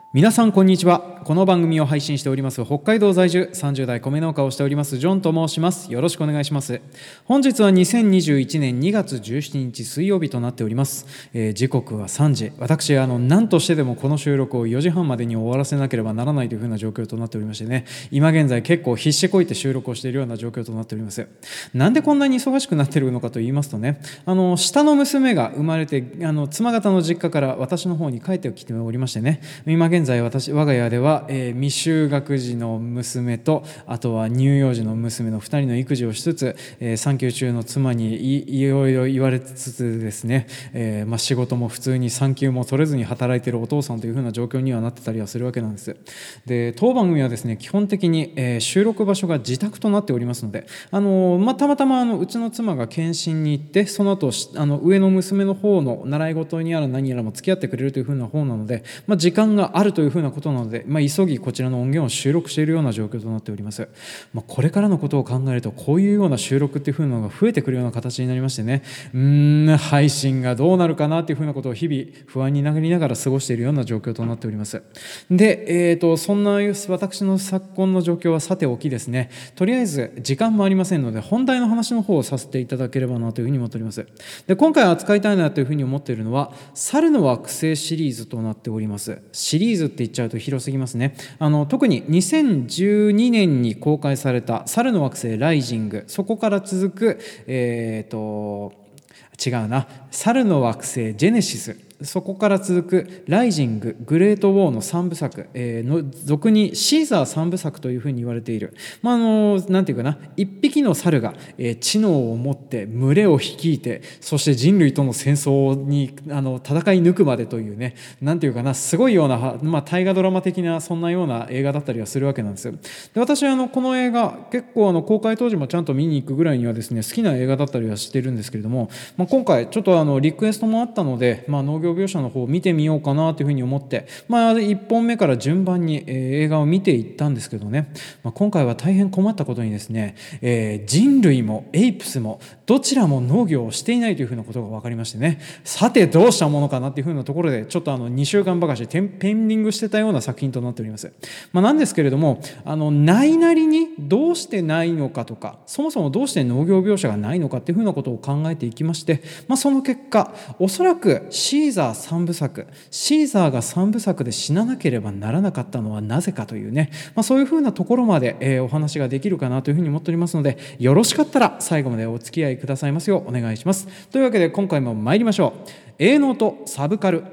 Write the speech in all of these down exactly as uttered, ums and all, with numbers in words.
皆さんこんにちは。この番組を配信しております北海道在住さんじゅう代米農家をしておりますジョンと申します。よろしくお願いします。本日はにせんにじゅういちねんにがつじゅうしちにち水曜日となっております。えー、時刻はさんじ。私あの何としてでもこの収録をよじはんまでに終わらせなければならないというふうな状況となっておりましてね、今現在結構必死こいて収録をしているような状況となっております。なんでこんなに忙しくなっているのかと言いますとね、あの下の娘が生まれてあの妻方の実家から私の方に帰ってきておりましてね、今現在私我が家では、えー、未就学児の娘とあとは乳幼児の娘のふたりの育児をしつつ、えー、産休中の妻に い, いろいろ言われつつですね、えーまあ、仕事も普通に産休も取れずに働いているお父さんというふうな状況にはなってたりはするわけなんです。で当番組はですね基本的に、えー、収録場所が自宅となっておりますので、あのーまあ、たまたまあのうちの妻が検診に行ってその後あの上の娘の方の習い事にやら何やらも付き合ってくれるというふうな方なので、まあ、時間があるというふうなことなので、まあ、急ぎこちらの音源を収録しているような状況となっております。まあ、これからのことを考えるとこういうような収録っていう風なのが増えてくるような形になりましてね、うーん配信がどうなるかなっていう風なことを日々不安になりながら過ごしているような状況となっております。で、えー、とそんな私の昨今の状況はさておきですね、とりあえず時間もありませんので本題の話の方をさせていただければなというふうに思っております。で今回扱いたいなというふうに思っているのは猿の惑星シリーズとなっております。シリーズって言っちゃうと広すぎますね。あの特ににせんじゅうにねんに公開された猿の惑星ライジング、そこから続くえっ、ー、と違うな猿の惑星ジェネシス、そこから続くライジング、グレートウォーのさんぶさく、えー、の俗にシーザーさんぶさくというふうに言われている、まあ、あのなんていうかな、一匹の猿が、えー、知能を持って群れを率いて、そして人類との戦争にあの戦い抜くまでというね、なんていうかな、すごいような、まあ、大河ドラマ的なそんなような映画だったりはするわけなんですよ。で私はあのこの映画結構あの公開当時もちゃんと見に行くぐらいにはですね好きな映画だったりはしてるんですけれども、まあ、今回ちょっとあのリクエストもあったので、まあ、農業描写の方を見てみようかなというふうに思って、まあ、いっぽんめから順番に、えー、映画を見ていったんですけどね、まあ、今回は大変困ったことにですね、えー、人類もエイプスもどちらも農業をしていないというふうなことが分かりましてね、さてどうしたものかなというふうなところでちょっとあのにしゅうかんばかしペンディングしてたような作品となっております。まあ、なんですけれども、あのないなりにどうしてないのかとか、そもそもどうして農業描写がないのかというふうなことを考えていきまして、まあ、その結果おそらくシーザーさんぶさく、シーザーがさんぶさくで死ななければならなかったのはなぜかというね、まあ、そういうふうなところまで、えー、お話ができるかなというふうに思っておりますので、よろしかったら最後までお付き合いくださいますようお願いします。というわけで今回も参りましょう。営農とサブカル。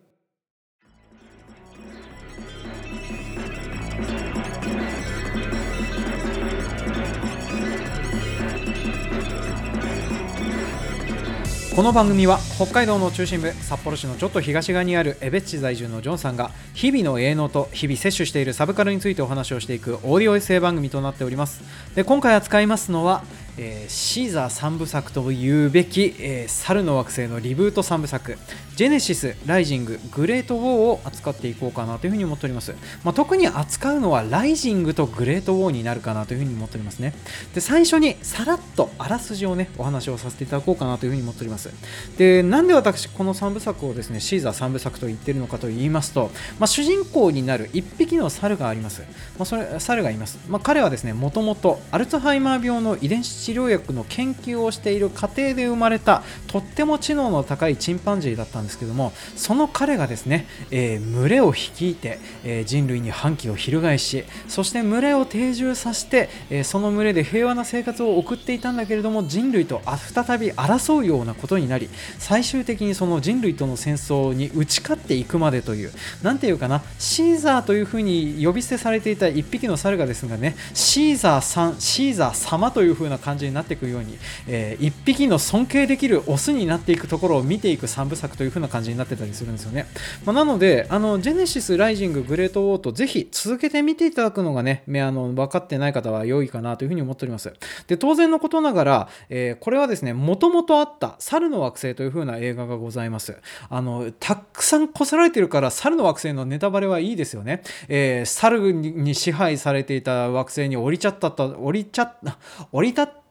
この番組は北海道の中心部札幌市のちょっと東側にある江別市在住のジョンさんが日々の営農と日々摂取しているサブカルについてお話をしていくオーディオエッセイ番組となっております。で今回扱いますのはえー、シーザーさんぶさくというべき、えー、猿の惑星のリブートさんぶさくジェネシス、ライジング、グレートウォーを扱っていこうかなというふうに思っております。まあ、特に扱うのはライジングとグレートウォーになるかなというふうに思っておりますね。で最初にさらっとあらすじをねお話をさせていただこうかなというふうに思っております。でなんで私このさんぶさくをですねシーザーさんぶさくと言っているのかと言いますと、まあ、主人公になるいっぴきの猿があります。まあ、それ猿がいます。まあ、彼はですねもともとアルツハイマー病の遺伝子治療薬の研究をしている過程で生まれたとっても知能の高いチンパンジーだったんですけども、その彼がですね、えー、群れを率いて、えー、人類に反旗を翻し、そして群れを定住させて、えー、その群れで平和な生活を送っていたんだけれども、人類と再び争うようなことになり、最終的にその人類との戦争に打ち勝っていくまでという、なんていうかな、シーザーというふうに呼び捨てされていた一匹の猿がですがね、シーザーさん、シーザー様というふうな感じになっていくように、えー、一匹の尊敬できるオスになっていくところを見ていくさんぶさくという風な感じになってたりするんですよね。まあ、なのであのジェネシス、ライジング、グレートウォーとぜひ続けて見ていただくのがね、あの分かってない方は良いかなという風に思っております。で当然のことながら、えー、これはですねもともとあった猿の惑星という風な映画がございます。あのたくさんこさられているから猿の惑星のネタバレはいいですよね。えー、猿に支配されていた惑星に降りちゃった降りちゃ降り立っ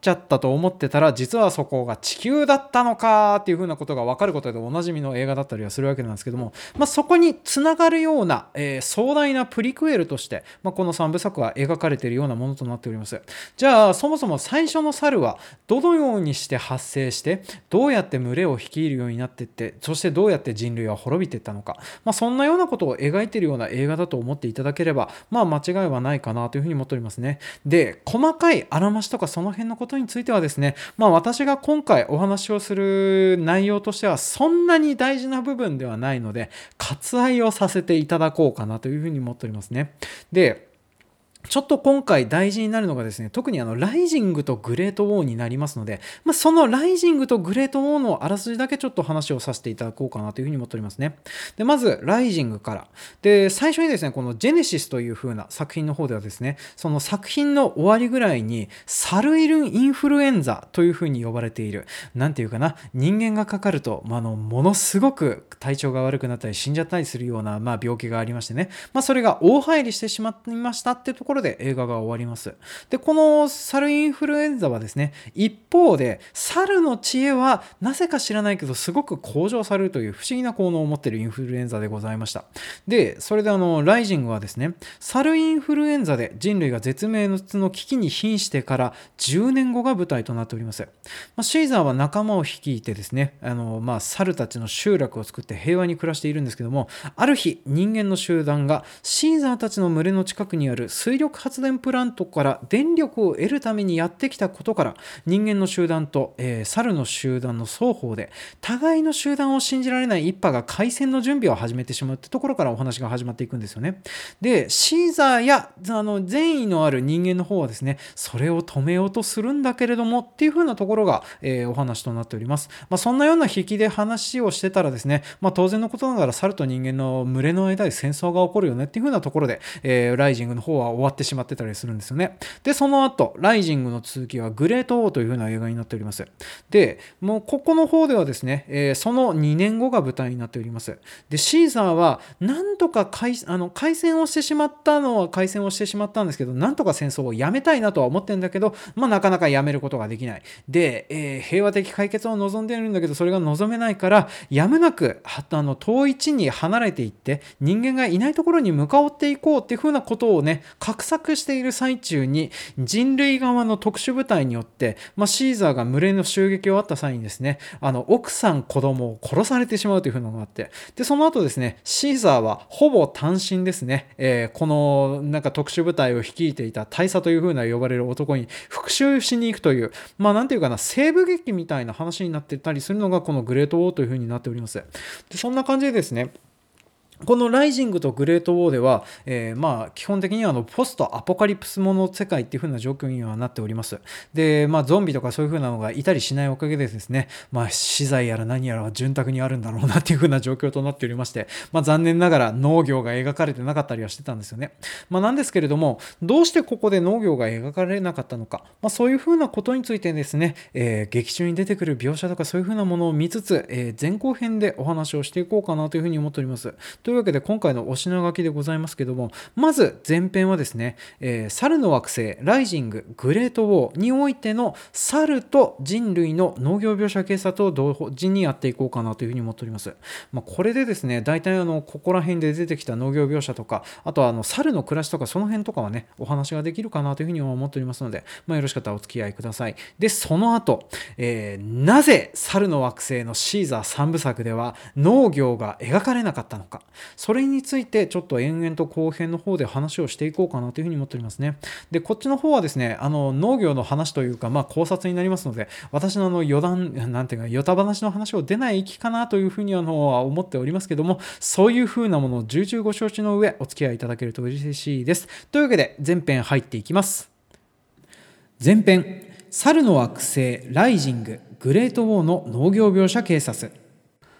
ちゃったと思ってたら、実はそこが地球だったのかっていう風なことが分かることでおなじみの映画だったりはするわけなんですけども、まあ、そこにつながるような、えー、壮大なプリクエルとして、まあ、このさんぶさくは描かれているようなものとなっております。じゃあそもそも最初の猿はどのようにして発生して、どうやって群れを率いるようになっていって、そしてどうやって人類は滅びていったのか、まあ、そんなようなことを描いているような映画だと思っていただければ、まあ、間違いはないかなというふうに思っておりますね。で、細かいあらましとかその辺のことについてはですね、まあ、私が今回お話をする内容としてはそんなに大事な部分ではないので、割愛をさせていただこうかなというふうに思っておりますね。で、ちょっと今回大事になるのがですね、特にあのライジングとグレートウォーになりますので、まあ、そのライジングとグレートウォーのあらすじだけちょっと話をさせていただこうかなというふうに思っておりますね。で、まずライジングから。で、最初にですね、このジェネシスという風な作品の方ではですね、その作品の終わりぐらいにサルイルインフルエンザという風に呼ばれている、なんていうかな、人間がかかると、まあ、のものすごく体調が悪くなったり死んじゃったりするような、まあ、病気がありましてね、まあ、それが大入りしてしまいましたってところで映画が終わります。で、このサルインフルエンザはですね、一方で猿の知恵はなぜか知らないけどすごく向上されるという不思議な効能を持っているインフルエンザでございました。で、それであのライジングはですね、サルインフルエンザで人類が絶滅の危機に瀕してからじゅうねんごが舞台となっております。まあ、シーザーは仲間を率いてですね、あのまあ猿たちの集落を作って平和に暮らしているんですけども、ある日人間の集団がシーザーたちの群れの近くにある水力発電プラントから電力を得るためにやってきたことから、人間の集団と、えー、猿の集団の双方で互いの集団を信じられない一派が開戦の準備を始めてしまうってところからお話が始まっていくんですよね。で、シーザーやあの善意のある人間の方はですね、それを止めようとするんだけれどもっていう風なところが、えー、お話となっております。まあ、そんなような引きで話をしてたらですね、まあ、当然のことながら猿と人間の群れの間で戦争が起こるよねっていう風なところで、えー、ライジングの方は終わってしまってたりするんですよね。で、その後ライジングの続きはグレートウォーという風な映画になっております。で、もうここの方ではですね、えー、そのにねんごが舞台になっております。で、シーザーはなんとか開あの開戦をしてしまったのは開戦をしてしまったんですけど、なんとか戦争をやめたいなとは思ってるんだけど、まあ、なかなかやめることができない。で、えー、平和的解決を望んでいるんだけど、それが望めないからやむなくあの遠い地に離れていって人間がいないところに向かっていこうっていう風なことをね、画策している最中に人類側の特殊部隊によって、まあ、シーザーが群れの襲撃をあった際にですね、あの奥さん子供を殺されてしまうという風なのがあって、でその後ですね、シーザーはほぼ単身ですね、えー、このなんか特殊部隊を率いていた大佐という風な呼ばれる男に復讐しに行くという、まあなんていうかな、西部劇みたいな話になってたりするのがこのグレートウォーという風になっております。でそんな感じでですね、このライジングとグレートウォーでは、えー、まあ基本的にはあのポストアポカリプスもの世界っていう風な状況にはなっております。で、まあゾンビとかそういう風なのがいたりしないおかげでですね、まあ資材やら何やらは潤沢にあるんだろうなっていう風な状況となっておりまして、まあ残念ながら農業が描かれてなかったりはしてたんですよね。まあなんですけれども、どうしてここで農業が描かれなかったのか、まあそういう風なことについてですね、えー、劇中に出てくる描写とかそういう風なものを見つつ、えー、前後編でお話をしていこうかなという風に思っております。というわけで今回のお品書きでございますけども、まず前編はですね、えー、猿の惑星ライジンググレートウォーにおいての猿と人類の農業描写警察を同時にやっていこうかなというふうに思っております。まあ、これでですね、大体あのここら辺で出てきた農業描写とか、あとはあの猿の暮らしとかその辺とかはね、お話ができるかなというふうに思っておりますので、まあ、よろしかったらお付き合いください。で、その後、えー、なぜ猿の惑星のシーザーさんぶさくでは農業が描かれなかったのか、それについてちょっと延々と後編の方で話をしていこうかなというふうに思っておりますね。で、こっちの方はですね、あの農業の話というか、まあ、考察になりますので、私のあの余談、なんていうか、ヨタ話の話を出ない域かなというふうにあのは思っておりますけども、そういうふうなものを重々ご承知の上、お付き合いいただけると嬉しいです。というわけで、前編入っていきます。前編、猿の惑星ライジンググレートウォーの農業描写警察。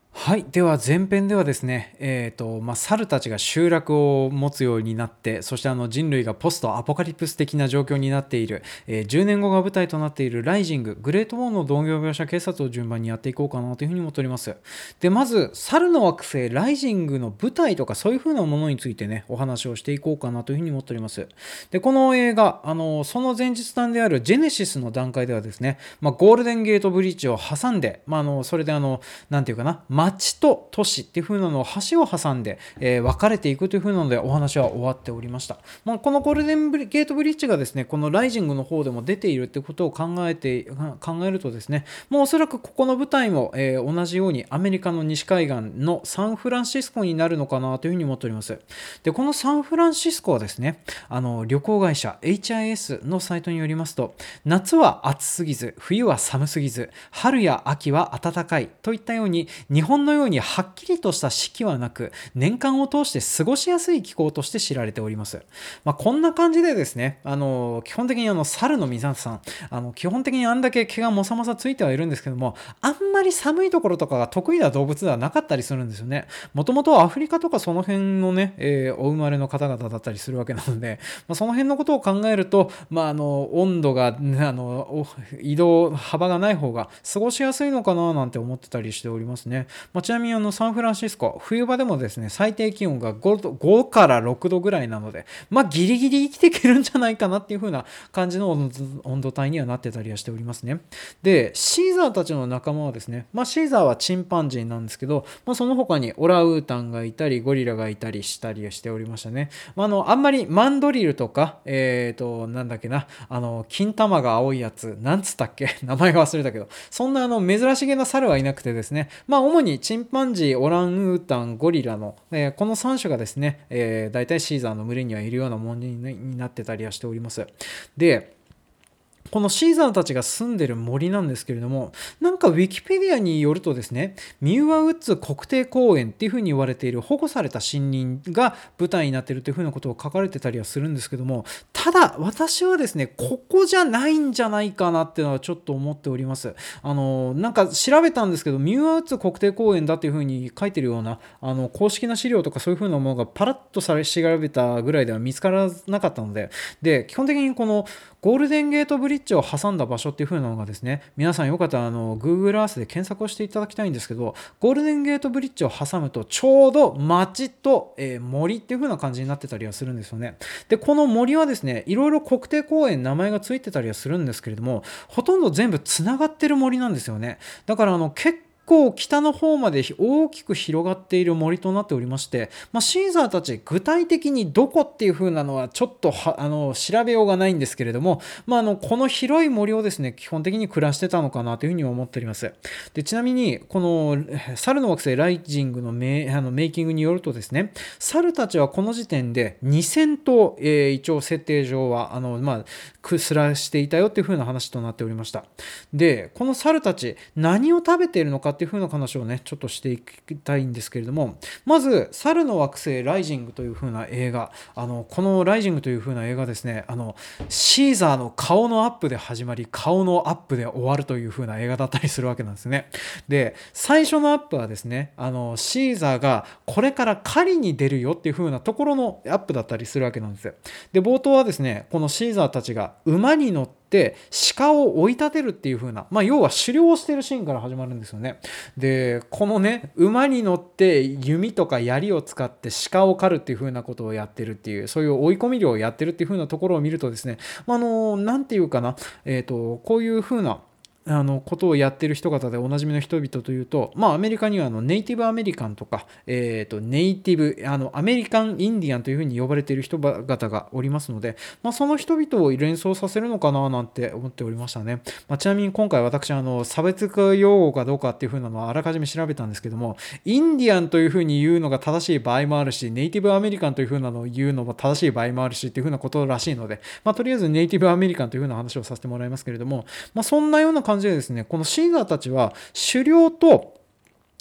はい。では前編ではですね、えーとまあ、猿たちが集落を持つようになって、そしてあの人類がポストアポカリプス的な状況になっている、えーじゅうねんごが舞台となっているライジング、グレートウォーの同業描写警察を順番にやっていこうかなというふうに思っております。で、まず、猿の惑星ライジングの舞台とかそういうふうなものについてね、お話をしていこうかなというふうに思っております。で、この映画、あのその前日談であるジェネシスの段階ではですね、まあ、ゴールデンゲートブリッジを挟んで、まあ、あのそれであの、なんていうかな、町と都市っていう風なのを橋を挟んで、えー分かれていくという風なのでお話は終わっておりました。まあ、このゴールデンゲートブリッジがですね、このライジングの方でも出ているってことを考えて考えるとですね、もうおそらくここの舞台も、えー同じようにアメリカの西海岸のサンフランシスコになるのかなというふうに思っております。で、このサンフランシスコはですね、あの旅行会社 エイチアイエス のサイトによりますと、夏は暑すぎず、冬は寒すぎず、春や秋は暖かいといったように、日本のようにはっきりとした四季はなく、年間を通して過ごしやすい気候として知られております。まあ、こんな感じでですね、あの基本的にあの猿の皆さん、あの基本的にあんだけ毛がもさもさついてはいるんですけども、あんまり寒いところとかが得意な動物ではなかったりするんですよね。もともとアフリカとかその辺のね、えーお生まれの方々だったりするわけなので、まあ、その辺のことを考えると、まあ、あの温度が、ね、あの移動幅がない方が過ごしやすいのかななんて思ってたりしておりますね。まあ、ちなみにあのサンフランシスコ、冬場でもですね、最低気温が ごどごからろくどぐらいなので、まあ、ギリギリ生きていけるんじゃないかなっていう風な感じの温度帯にはなってたりはしておりますね。で、シーザーたちの仲間はですね、まあ、シーザーはチンパンジーなんですけど、まあ、その他にオランウータンがいたり、ゴリラがいたりしたりしておりましたね。まあ、あのあんまりマンドリルとか、えっと、なんだっけな、あの、金玉が青いやつ、なんつったっけ名前が忘れたけど、そんなあの珍しげな猿はいなくてですね、まあ、主にチンパンジー、オランウータン、ゴリラの、えーこのさん種がですね、えー、大体シーザーの群れにはいるようなものになってたりはしております。で、このシーザーたちが住んでる森なんですけれども、なんかウィキペディアによるとですね、ミューアウッズ国定公園っていうふうに言われている保護された森林が舞台になっているというふうなことを書かれてたりはするんですけども、ただ私はですね、ここじゃないんじゃないかなっていうのはちょっと思っております。あの、なんか調べたんですけど、ミューアウッズ国定公園だっていうふうに書いてるような、あの、公式な資料とかそういうふうなものがパラッとされ調べたぐらいでは見つからなかったので、で、基本的にこのゴールデンゲートブリッジを挟んだ場所っていう風なのがですね、皆さんよかったらあの Google Earth で検索をしていただきたいんですけど、ゴールデンゲートブリッジを挟むとちょうど街と、えー森っていう風な感じになってたりはするんですよね。で、この森はですね、いろいろ国定公園名前がついてたりはするんですけれども、ほとんど全部つながってる森なんですよね。だからあの結構結構北の方まで大きく広がっている森となっておりまして、まあ、シーザーたち具体的にどこっていう風なのはちょっとはあの調べようがないんですけれども、まあ、あのこの広い森をですね基本的に暮らしてたのかなというふうに思っております。で、ちなみにこの猿の惑星ライジングのメあのメイキングによるとですね、猿たちはこの時点でにせん頭、えー一応設定上はあの、まあ、くすらしていたよっていう風な話となっておりました。で、この猿たち何を食べているのかっていう風な話をねちょっとしていきたいんですけれども、まず猿の惑星ライジングという風な映画、あのこのライジングという風な映画ですね、あのシーザーの顔のアップで始まり顔のアップで終わるという風な映画だったりするわけなんですね。で、最初のアップはですね、あのシーザーがこれから狩りに出るよっていう風なところのアップだったりするわけなんですよ。で、冒頭はですね、このシーザーたちが馬に乗ってで鹿を追い立てるっていう風な、まあ、要は狩猟をしているシーンから始まるんですよね。で、このね馬に乗って弓とか槍を使って鹿を狩るっていう風なことをやってるっていう、そういう追い込み漁をやってるっていう風なところを見るとですね、まあ、あのなんていうかな、えーとこういう風なあのことをやってる人々でおなじみの人々というと、まあ、アメリカにはあのネイティブアメリカンとか、えー、とネイティブあのアメリカンインディアンというふうに呼ばれている人々がおりますので、まあ、その人々を連想させるのかななんて思っておりましたね。まあ、ちなみに今回私あの差別化用語かどうかっていうふうなのはあらかじめ調べたんですけども、インディアンというふうに言うのが正しい場合もあるし、ネイティブアメリカンというふうなのを言うのも正しい場合もあるしっていうふうなことらしいので、まあ、とりあえずネイティブアメリカンというふうな話をさせてもらいますけれども、まあ、そんなような感じでですね、このシーザーたちは狩猟と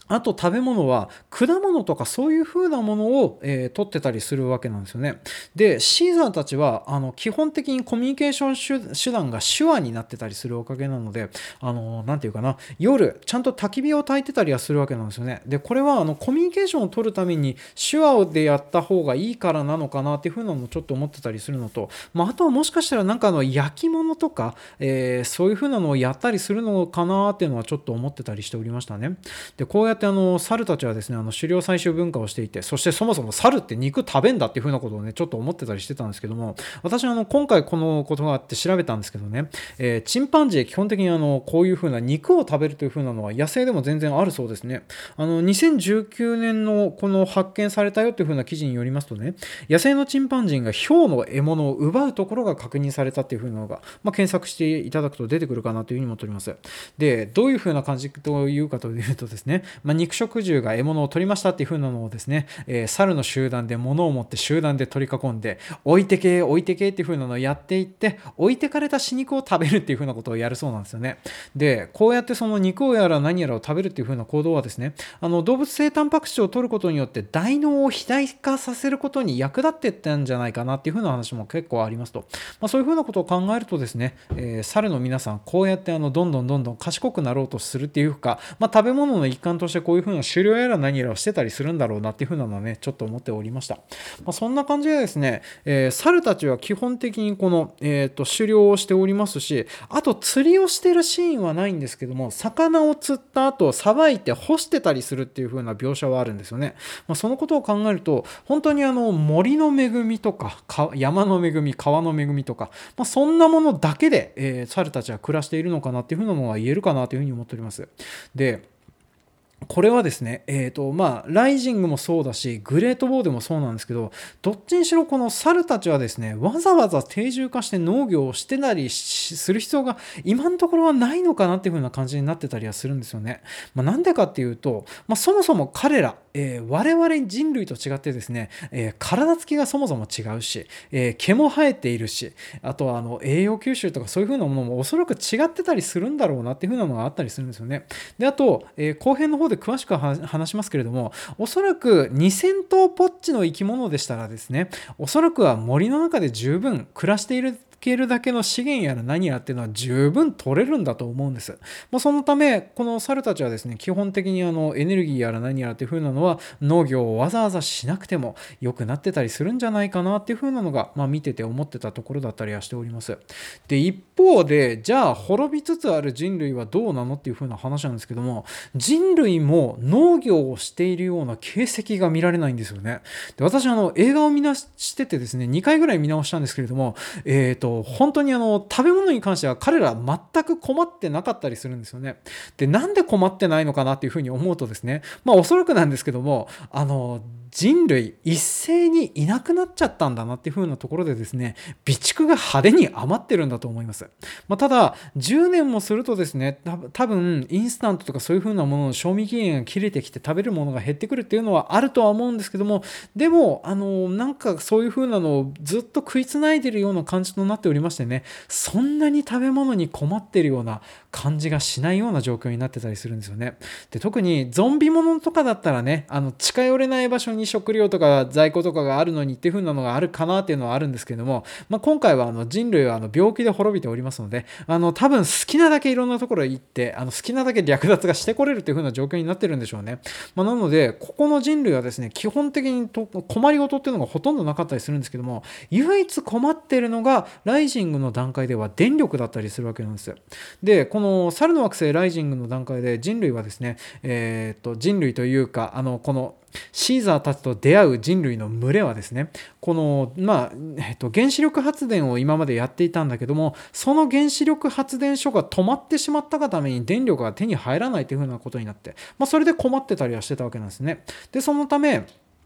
あと食べ物は果物とかそういう風なものを、えー取ってたりするわけなんですよね。で、シーザーたちはあの基本的にコミュニケーション手手段が手話になってたりするおかげなので、あのなんていうかな、夜ちゃんと焚き火を焚いてたりはするわけなんですよね。で、これはあのコミュニケーションを取るために手話でやった方がいいからなのかなっていう風なのをちょっと思ってたりするのと、まあ、あとはもしかしたらなんかあの焼き物とか、えーそういう風なのをやったりするのかなっていうのはちょっと思ってたりしておりましたね。で、こうやってあの猿たちはですね、あの狩猟採集文化をしていて、そしてそもそも猿って肉食べんだっていう風なことをね、ちょっと思ってたりしてたんですけども、私はあの今回このことがあって調べたんですけどね、えーチンパンジー基本的にあのこういう風な肉を食べるという風なのは野生でも全然あるそうですね。あのにせんじゅうきゅうねんのこの発見されたよという風な記事によりますとね、野生のチンパンジーがヒョウの獲物を奪うところが確認されたっていう風なのが、まあ、検索していただくと出てくるかなという風に思っております。で、どういう風な感じというかというとですね、まあ、肉食獣が獲物を取りましたっていう風なのをですね、えー猿の集団で物を持って集団で取り囲んで、置いてけ置いてけっていう風なのをやっていって、置いてかれた死肉を食べるっていう風なことをやるそうなんですよね。で、こうやってその肉をやら何やらを食べるっていう風な行動はですね、あの動物性タンパク質を取ることによって大脳を肥大化させることに役立っていったんじゃないかなっていう風な話も結構ありますと、まあ、そういう風なことを考えるとですね、えー猿の皆さんこうやってあのどんどんどんどん賢くなろうとするっていうか、まあ、食べ物の一環としてこういう風な狩猟やら何やらをしてたりするんだろうなっていう風なのはね、ちょっと思っておりました。まあ、そんな感じでですね、えー猿たちは基本的にこの、えーと狩猟をしておりますし、あと釣りをしてるシーンはないんですけども、魚を釣った後さばいて干してたりするっていう風な描写はあるんですよね。まあ、そのことを考えると本当にあの森の恵みとかか山の恵み、川の恵みとか、まあ、そんなものだけで、えー猿たちは暮らしているのかなっていう風なのは言えるかなという風に思っております。で、これはですね、えーとまあ、ライジングもそうだし、グレートウォーでもそうなんですけど、どっちにしろこの猿たちはですね、わざわざ定住化して農業をしてたりする必要が今のところはないのかなっていう風な感じになってたりはするんですよね。まあ、なんでかっていうと、まあ、そもそも彼ら、えー我々人類と違ってですね、えー体つきがそもそも違うし、えー毛も生えているし、あとはあの栄養吸収とかそういう風なものもおそらく違ってたりするんだろうなっていう風なのがあったりするんですよね。で、あと、えー後編の方で詳しくは話しますけれども、おそらくにせん頭ポッチの生き物でしたらですね、おそらくは森の中で十分暮らしているけるだけの資源やら何やらっていうのは十分取れるんだと思うんです。まあ、そのためこの猿たちはですね、基本的にあのエネルギーやら何やらっていう風なのは農業をわざわざしなくても良くなってたりするんじゃないかなっていう風なのが、まあ、見てて思ってたところだったりはしております。で、一方でじゃあ滅びつつある人類はどうなのっていう風な話なんですけども、人類も農業をしているような形跡が見られないんですよね。で、私あの映画を見なしててですね、にかいぐらい見直したんですけれども、えーと本当にあの食べ物に関しては彼ら全く困ってなかったりするんですよね。で、なんで困ってないのかなっていうふうに思うとですね、まあおそらくなんですけども、あの人類一斉にいなくなっちゃったんだなっていう風なところでですね、備蓄が派手に余ってるんだと思います。まあ、ただじゅうねんもするとですね、多分インスタントとかそういう風なものの賞味期限が切れてきて食べるものが減ってくるっていうのはあるとは思うんですけども、でもあのなんかそういう風なのをずっと食いつないでるような感じとなっておりましてね、そんなに食べ物に困ってるような感じがしないような状況になってたりするんですよね。で、特にゾンビものとかだったらね、あの近寄れない場所に食料とか在庫とかがあるのにっていう風なのがあるかなっていうのはあるんですけれども、まあ、今回はあの人類はあの病気で滅びておりますので、あの多分好きなだけいろんなところへ行ってあの好きなだけ略奪がしてこれるっていう風な状況になってるんでしょうね。まあ、なのでここの人類はですね、基本的にと困りごとっていうのがほとんどなかったりするんですけども、唯一困っているのがライジングの段階では電力だったりするわけなんです。で、この猿の惑星ライジングの段階で人類はですね、えー、と人類というかあのこのシーザーたちと出会う人類の群れはですね、この、まあえっと、原子力発電を今までやっていたんだけども、その原子力発電所が止まってしまったがために電力が手に入らないというふうなことになって、まあ、それで困ってたりはしてたわけなんですね。で、そのため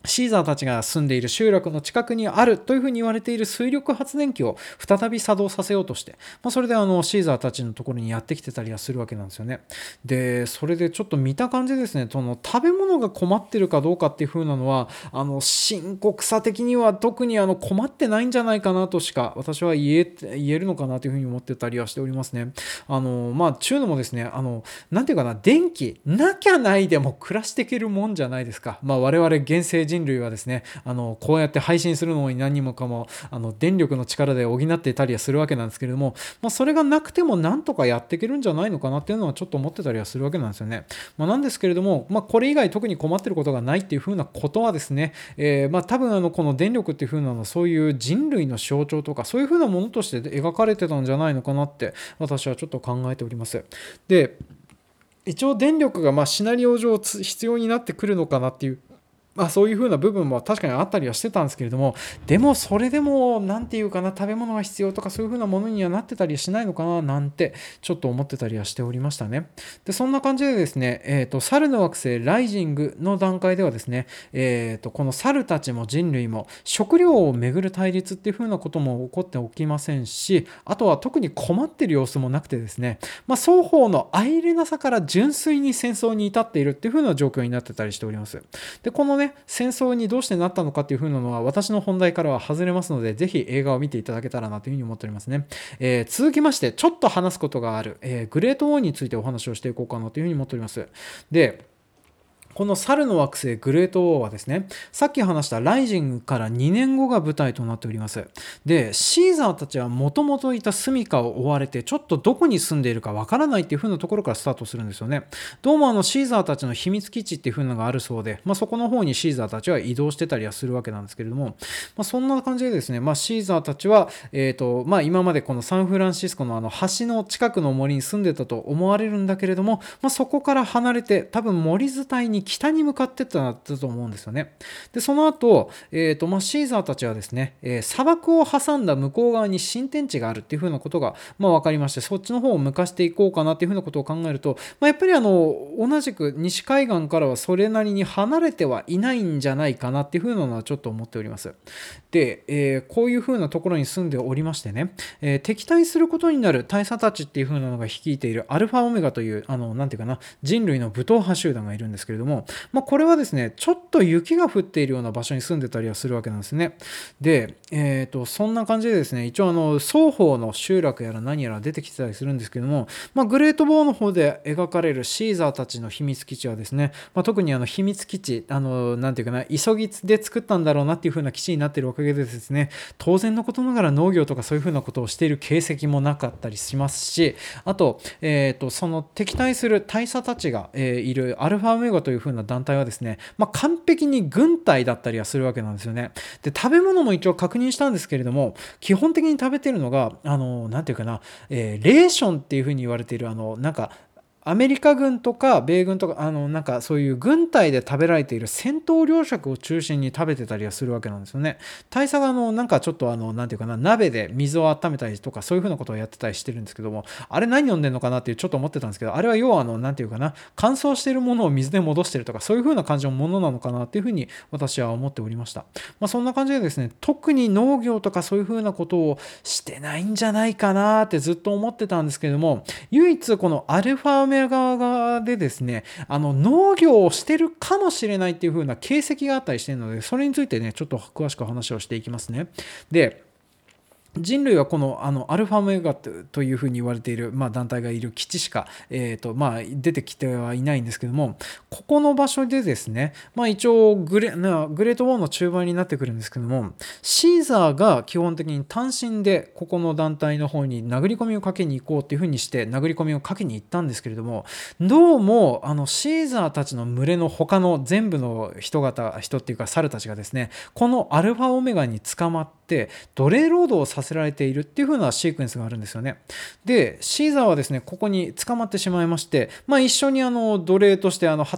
シーザーたちが住んでいる集落の近くにあるというふうに言われている水力発電機を再び作動させようとして、まあ、それであのシーザーたちのところにやってきてたりはするわけなんですよね。で、それでちょっと見た感じですね、その食べ物が困ってるかどうかっていう風なのは、あの深刻さ的には特にあの困ってないんじゃないかなとしか私は言え、言えるのかなというふうに思ってたりはしておりますね。あの、まあ、ちゅうのもですね、あの、なんていうかな、電気なきゃないでも暮らしていけるもんじゃないですか。まあ、我々現世人類はですね、あのこうやって配信するのに何にもかもあの電力の力で補っていたりはするわけなんですけれども、まあ、それがなくてもなんとかやっていけるんじゃないのかなっていうのはちょっと思ってたりはするわけなんですよね。まあ、なんですけれども、まあ、これ以外特に困ってることがないっていうふうなことはですね、えー、まあ多分あのこの電力っていうふうなのはそういう人類の象徴とかそういうふうなものとして描かれてたんじゃないのかなって私はちょっと考えております。で、一応電力がまあシナリオ上必要になってくるのかなっていう、まあ、そういう風な部分も確かにあったりはしてたんですけれども、でもそれでも何て言うかな、食べ物が必要とかそういう風なものにはなってたりしないのかななんてちょっと思ってたりはしておりましたね。で、そんな感じでですね、えーと、猿の惑星ライジングの段階ではですね、えーと、この猿たちも人類も食料をめぐる対立っていう風なことも起こっておきませんし、あとは特に困ってる様子もなくてですね、まあ、双方の相入れなさから純粋に戦争に至っているっていう風な状況になってたりしております。で、このね、戦争にどうしてなったのかっていう風なのは私の本題からは外れますので、ぜひ映画を見ていただけたらなというふうに思っておりますね。えー、続きましてちょっと話すことがある、えー、グレートウォーについてお話をしていこうかなというふうに思っております。で、この猿の惑星グレートウォーはですね、さっき話したライジングからにねんごが舞台となっております。で、シーザーたちはもともといた住処を追われて、ちょっとどこに住んでいるかわからないっていう風なところからスタートするんですよね。どうもあのシーザーたちの秘密基地っていう風なのがあるそうで、まあ、そこの方にシーザーたちは移動してたりはするわけなんですけれども、まあ、そんな感じでですね、まあ、シーザーたちは、えーとまあ、今までこのサンフランシスコのあの橋の近くの森に住んでたと思われるんだけれども、まあ、そこから離れて多分森伝いに北に向かってったと思うんですよね。で、その後、えーとまあ、シーザーたちはですね、えー、砂漠を挟んだ向こう側に新天地があるっていう風なことが、まあ、分かりまして、そっちの方を向かしていこうかなっていう風なことを考えると、まあ、やっぱりあの同じく西海岸からはそれなりに離れてはいないんじゃないかなっていう風なのはちょっと思っております。で、えー、こういう風なところに住んでおりましてね、えー、敵対することになる大佐たちっていう風なのが率いているアルファオメガというあのなんていうかな、人類の武闘派集団がいるんですけれども、まあ、これはですね、ちょっと雪が降っているような場所に住んでたりはするわけなんですね。で、えー、とそんな感じでですね、一応あの双方の集落やら何やら出てきてたりするんですけども、まあ、グレートボーの方で描かれるシーザーたちの秘密基地はですね、まあ、特にあの秘密基地、あのなんていうかな、急ぎで作ったんだろうなっていう風な基地になっているおかげでですね、当然のことながら農業とかそういう風なことをしている形跡もなかったりしますし、あと、えー、とその敵対する大佐たちが、えー、いるアルファオメガという風な団体はですね、まあ、完璧に軍隊だったりはするわけなんですよね。で、食べ物も一応確認したんですけれども、基本的に食べてるのがあのなんていうかな、えー、レーションっていう風に言われているあのなんかアメリカ軍とか米軍とかあのなんかそういう軍隊で食べられている戦闘糧食を中心に食べてたりはするわけなんですよね。大佐があのなんかちょっとあのなんていうかな、鍋で水を温めたりとかそういう風なことをやってたりしてるんですけども、あれ何飲んでんのかなっていうちょっと思ってたんですけど、あれは要はあのなんていうかな、乾燥しているものを水で戻してるとかそういう風な感じのものなのかなっていう風に私は思っておりました。まあ、そんな感じでですね、特に農業とかそういう風なことをしてないんじゃないかなってずっと思ってたんですけれども、唯一このアルファメガ側でですね、あの農業をしてるかもしれないっていう風な形跡があったりしているので、それについてねちょっと詳しく話をしていきますね。で、人類はこの、あのアルファメガというふうに言われている、まあ、団体がいる基地しか、えーとまあ、出てきてはいないんですけども、ここの場所でですね、まあ、一応グレなグレートウォーの中盤になってくるんですけども、シーザーが基本的に単身でここの団体の方に殴り込みをかけに行こうっていうふうにして殴り込みをかけに行ったんですけれども、どうもあのシーザーたちの群れの他の全部の人型人っていうか猿たちがですね、このアルファオメガに捕まって奴隷労働をさせられているっていう風なシークエンスがあるんですよね。で、シーザーはですね、ここに捕まってしまいまして、まあ、一緒にあの奴隷としてあの働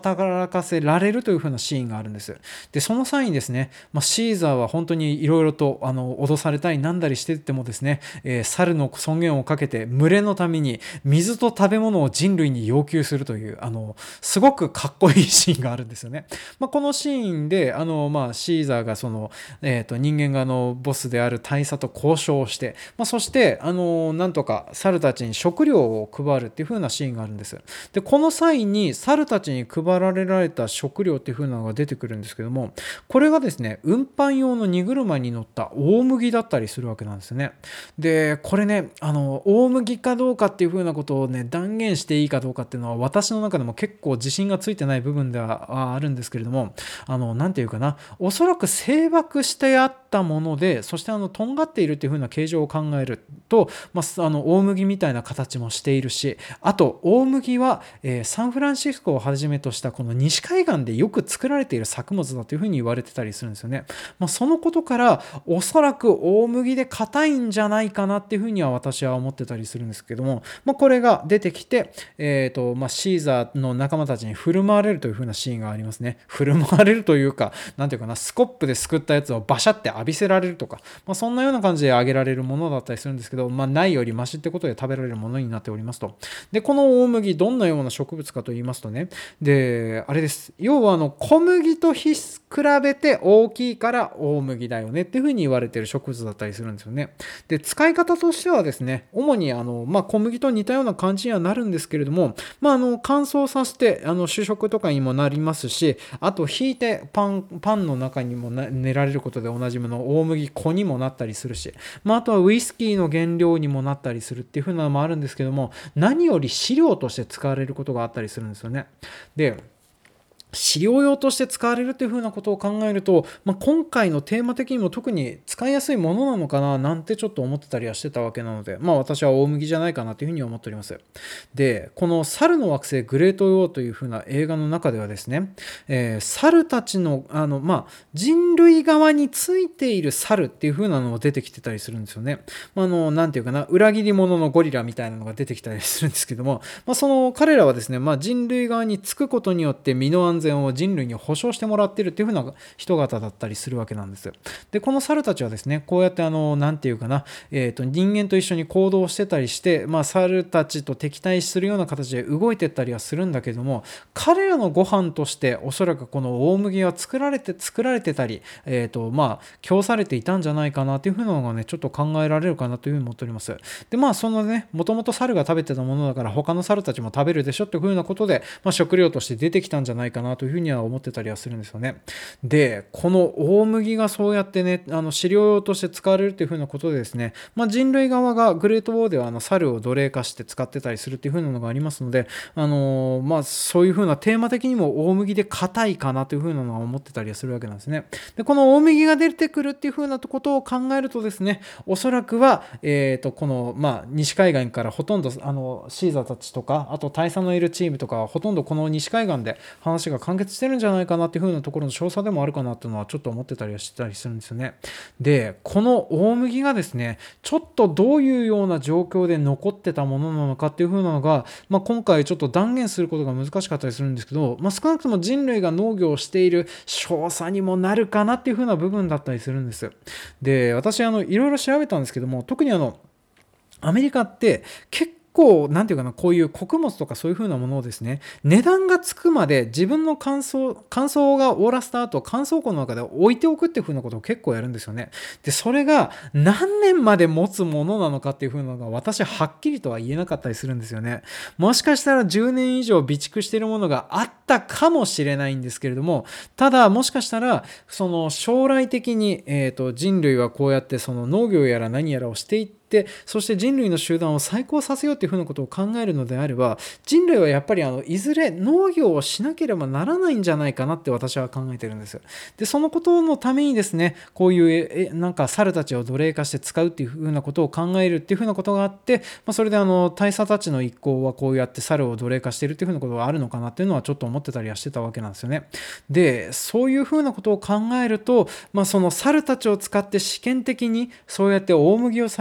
働かせられるというふうなシーンがあるんです。でその際にですね、まあ、シーザーは本当にいろいろとあの脅されたりなんだりしててもですね、えー、猿の尊厳をかけて群れのために水と食べ物を人類に要求するというあのすごくかっこいいシーンがあるんですよね。まあ、このシーンであの、まあ、シーザーがその、えー、と人間がのボスである大佐と交渉をして、まあ、そしてあのなんとか猿たちに食料を配るっていう風なシーンがあるんです。でこの際に猿たちに配られられた食料っていう風なのが出てくるんですけども、これがですね運搬用の荷車に乗った大麦だったりするわけなんですね。でこれねあの大麦かどうかっていう風なことをね断言していいかどうかっていうのは私の中でも結構自信がついてない部分ではあるんですけれども、あのなんていうかな、おそらく製箔してあったもので、そしてあのとんがっているっていう風な形状を考えると、まあ、あの大麦みたいな形もしているし、あと大麦は、えー、サンフランシスコをはじめとしたこの西海岸でよく作られている作物だという風に言われてたりするんですよね。まあ、そのことからおそらく大麦で硬いんじゃないかなっていう風には私は思ってたりするんですけども、まあ、これが出てきて、えーとまあ、シーザーの仲間たちに振る舞われるという風なシーンがありますね。振る舞われるというか、なんていうかな、スコップですくったやつをバシャって浴びせられるとか、まあ、そんなような感じで揚げられるものだったりするんですけど、まあ、ないよりマシってことで食べられるものになっておりますと。でこの大麦どんなような植物かと言いますとね、であれです、要はあの小麦と比べて大きいから大麦だよねっていうふうに言われている植物だったりするんですよね。で使い方としてはですね、主にあの、まあ、小麦と似たような感じにはなるんですけれども、まあ、あの乾燥させてあの主食とかにもなりますし、あとひいてパンパンの中にも練られることでおなじみの大麦粉にもなったりするし、まあ、あとはウイスキーの原料にもなったりするっていう風なのもあるんですけども、何より飼料として使われることがあったりするんですよね。で飼料用として使われるというふうなことを考えると、まあ、今回のテーマ的にも特に使いやすいものなのかななんてちょっと思ってたりはしてたわけなので、まあ、私は大麦じゃないかなというふうに思っております。でこの猿の惑星グレートウォーというふうな映画の中ではですね、えー、猿たちのあの、まあ、人類側についている猿っていうふうなのも出てきてたりするんですよね。あのなんていうかな、裏切り者のゴリラみたいなのが出てきたりするんですけども、まあ、その彼らはですね、まあ、人類側につくことによって身の安全を人類に保証してもらっているっていう風な人方だったりするわけなんです。でこの猿たちはですね、こうやってあのなんていうかな、えーと人間と一緒に行動してたりして、まあ、猿たちと敵対するような形で動いてったりはするんだけども、彼らのご飯としておそらくこの大麦は作られて作られてたり、えーとまあ供されていたんじゃないかなという風なのがねちょっと考えられるかなというふうに思っております。でまあそのね、もともと猿が食べてたものだから他の猿たちも食べるでしょっていう風なことで、まあ、食料として出てきたんじゃないかなというふうには思ってたりはするんですよね。でこの大麦がそうやってね、あの飼料用として使われるというふうなことでですね、まあ、人類側がグレートウォーではあの猿を奴隷化して使ってたりするっていうふうなのがありますので、あのー、まあそういうふうなテーマ的にも大麦で硬いかなというふうなのは思ってたりはするわけなんですね。でこの大麦が出てくるっていうふうなことを考えるとですね、おそらくは、えー、とこの、まあ、西海岸からほとんどあのシーザーたちとか、あと大佐のいるチームとかはほとんどこの西海岸で話が完結してるんじゃないかなっていう風なところの詳細でもあるかなっていうのはちょっと思ってたりはしてたりするんですよね。でこの大麦がですね、ちょっとどういうような状況で残ってたものなのかっていう風なのが、まあ、今回ちょっと断言することが難しかったりするんですけど、まあ、少なくとも人類が農業をしている少佐にもなるかなっていう風な部分だったりするんです。で私あのいろいろ調べたんですけども、特にあのアメリカって結構構なんていうかな、こういう穀物とかそういう風なものをですね、値段がつくまで自分の乾燥乾燥が終わらせた後、乾燥庫の中で置いておくっていう風なことを結構やるんですよね。でそれが何年まで持つものなのかっていう風なのが私ははっきりとは言えなかったりするんですよね。もしかしたらじゅうねん以上備蓄しているものがあったかもしれないんですけれども、ただもしかしたらその将来的に、えーと、人類はこうやってその農業やら何やらをしていって、でそして人類の集団を再興させようというふうなことを考えるのであれば、人類はやっぱりあのいずれ農業をしなければならないんじゃないかなって私は考えてるんです。でそのことのためにですね、こういうえなんか猿たちを奴隷化して使うっていうふうなことを考えるっていうふうなことがあって、まあ、それであの大佐たちの一行はこうやって猿を奴隷化しているっていうふうなことがあるのかなっていうのはちょっと思ってたりはしてたわけなんですよね。でそういうふうなことを考えると、まあ、その猿たちを使って試験的にそうやって大麦を栽培して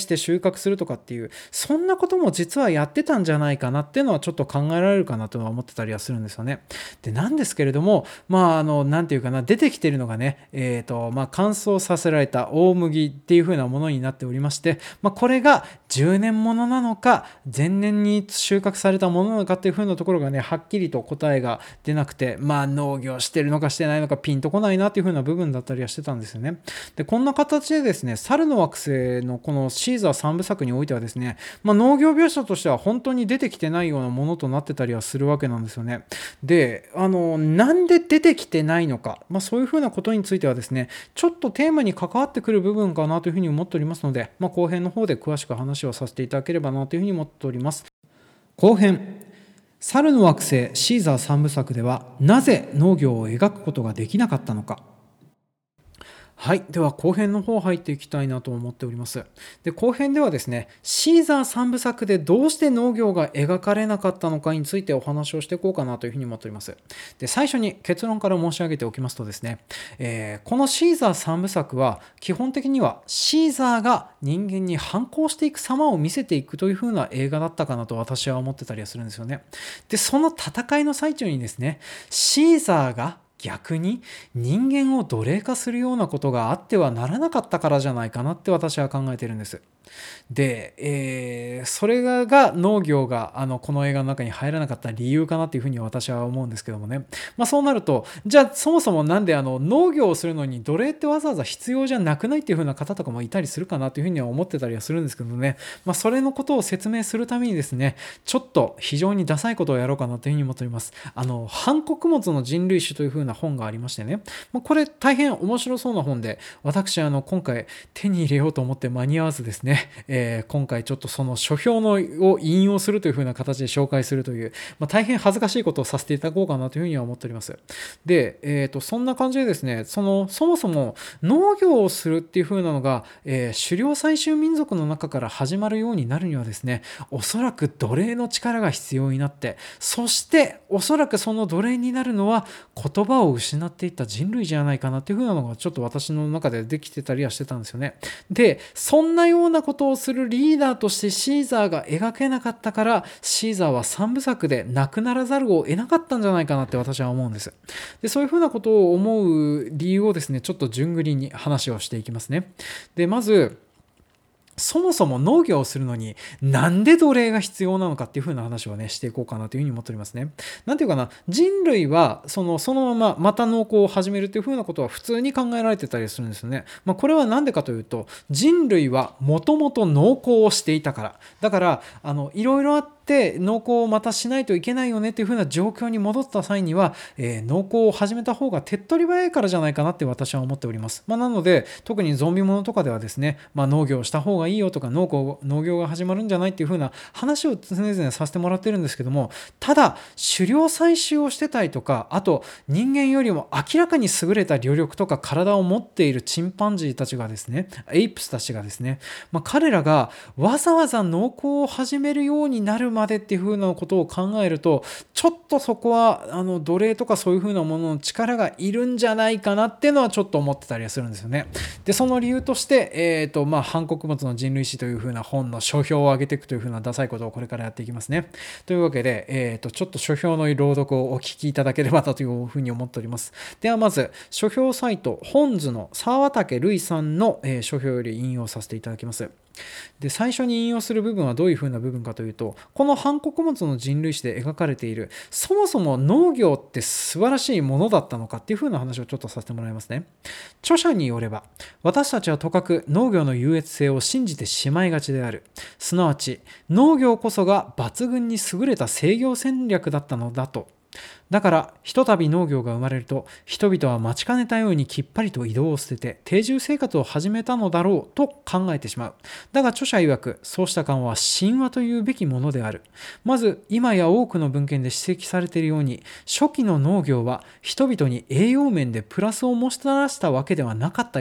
して収穫するとかっていう、そんなことも実はやってたんじゃないかなっていうのはちょっと考えられるかなとは思ってたりはするんですよね。でなんですけれども、まああのなんていうかな、出てきているのがね、えーとまあ、乾燥させられた大麦っていう風なものになっておりまして、まあ、これがじゅうねんものなのか前年に収穫されたものなのかっていう風なところがね、はっきりと答えが出なくて、まあ農業してるのかしてないのかピンとこないなっていう風な部分だったりはしてたんですよね。でこんな形でですね、猿の惑星のこのシーザーさんぶさくにおいてはですね、まあ、農業描写としては本当に出てきてないようなものとなってたりはするわけなんですよね。であのなんで出てきてないのか、まあ、そういう風なことについてはですね、ちょっとテーマに関わってくる部分かなというふうに思っておりますので、まあ、後編の方で詳しく話をさせていただければなというふうに思っております。後編、猿の惑星シーザーさんぶさくではなぜ農業を描くことができなかったのか。はい。では後編の方入っていきたいなと思っております。で、後編ではですね、シーザーさんぶさくでどうして農業が描かれなかったのかについてお話をしていこうかなというふうに思っております。で、最初に結論から申し上げておきますとですね、えーこのシーザーさんぶさくは基本的にはシーザーが人間に反抗していく様を見せていくというふうな映画だったかなと私は思ってたりはするんですよね。で、その戦いの最中にですね、シーザーが逆に人間を奴隷化するようなことがあってはならなかったからじゃないかなって私は考えているんです。で、えーそれがが農業があのこの映画の中に入らなかった理由かなっていうふうに私は思うんですけどもね。まあそうなると、じゃあそもそもなんであの農業をするのに奴隷ってわざわざ必要じゃなくないっていうふうな方とかもいたりするかなというふうには思ってたりはするんですけどね。まあそれのことを説明するためにですね、ちょっと非常にダサいことをやろうかなというふうに思っております。あの反穀物の人類史というふうな本がありましてね、まあ、これ大変面白そうな本で、私あの今回手に入れようと思って間に合わずですね、えー今回ちょっとその書評のを引用するというふうな形で紹介するという、まあ、大変恥ずかしいことをさせていただこうかなというふうには思っております。で、えーと、そんな感じでですね、そのそもそも農業をするっていうふうなのが、えー狩猟採集民族の中から始まるようになるにはですね、おそらく奴隷の力が必要になって、そしておそらくその奴隷になるのは言葉を失っていった人類じゃないかなっていうふうなのがちょっと私の中でできてたりはしてたんですよね。で、そんなようなことをするリーダーとしてシーザーが描けなかったから、シーザーはさんぶさくでなくならざるを得なかったんじゃないかなって私は思うんです。で、そういうふうなことを思う理由をですね、ちょっと順繰りに話をしていきますね。で、まずそもそも農業をするのになんで奴隷が必要なのかっていう風な話をねしていこうかなというふうに思っておりますね。なんていうかな、人類はそのそのまままた農耕を始めるっていう風なことは普通に考えられてたりするんですよね。まあ、これは何でかというと、人類はもともと農耕をしていたから。だからあのいろいろあってで農耕をまたしないといけないよねっていう風な状況に戻った際には、えー、農耕を始めた方が手っ取り早いからじゃないかなって私は思っております。まあ、なので特にゾンビものとかではですね、まあ、農業をした方がいいよとか農耕農業が始まるんじゃないっていう風な話を常々させてもらってるんですけども、ただ狩猟採集をしてたりとか、あと人間よりも明らかに優れた旅力とか体を持っているチンパンジーたちがですね、エイプスたちがですね、まあ、彼らがわざわざ農耕を始めるようになるまでっていう風なことを考えると、ちょっとそこはあの奴隷とかそういう風なものの力がいるんじゃないかなっていうのはちょっと思ってたりはするんですよね。でその理由として、えーとまあ、反穀物の人類史という風な本の書評を上げていくという風なダサいことをこれからやっていきますね。というわけで、えーとちょっと書評の朗読をお聞きいただければという風に思っております。ではまず書評サイト本図の沢竹瑠衣さんの、えー、書評より引用させていただきます。で最初に引用する部分はどういうふうな部分かというと、この反穀物の人類史で描かれているそもそも農業って素晴らしいものだったのかっていうふうな話をちょっとさせてもらいますね。著者によれば、私たちはとかく農業の優越性を信じてしまいがちである。すなわち農業こそが抜群に優れた制御戦略だったのだと。だからひとたび農業が生まれると、人々は待ちかねたようにきっぱりと移動を捨てて定住生活を始めたのだろうと考えてしまう。だが著者曰く、そうした感は神話というべきものである。まず今や多くの文献で指摘されているように、初期の農業は人々に栄養面でプラスをもたらしたわけではなかったようだ。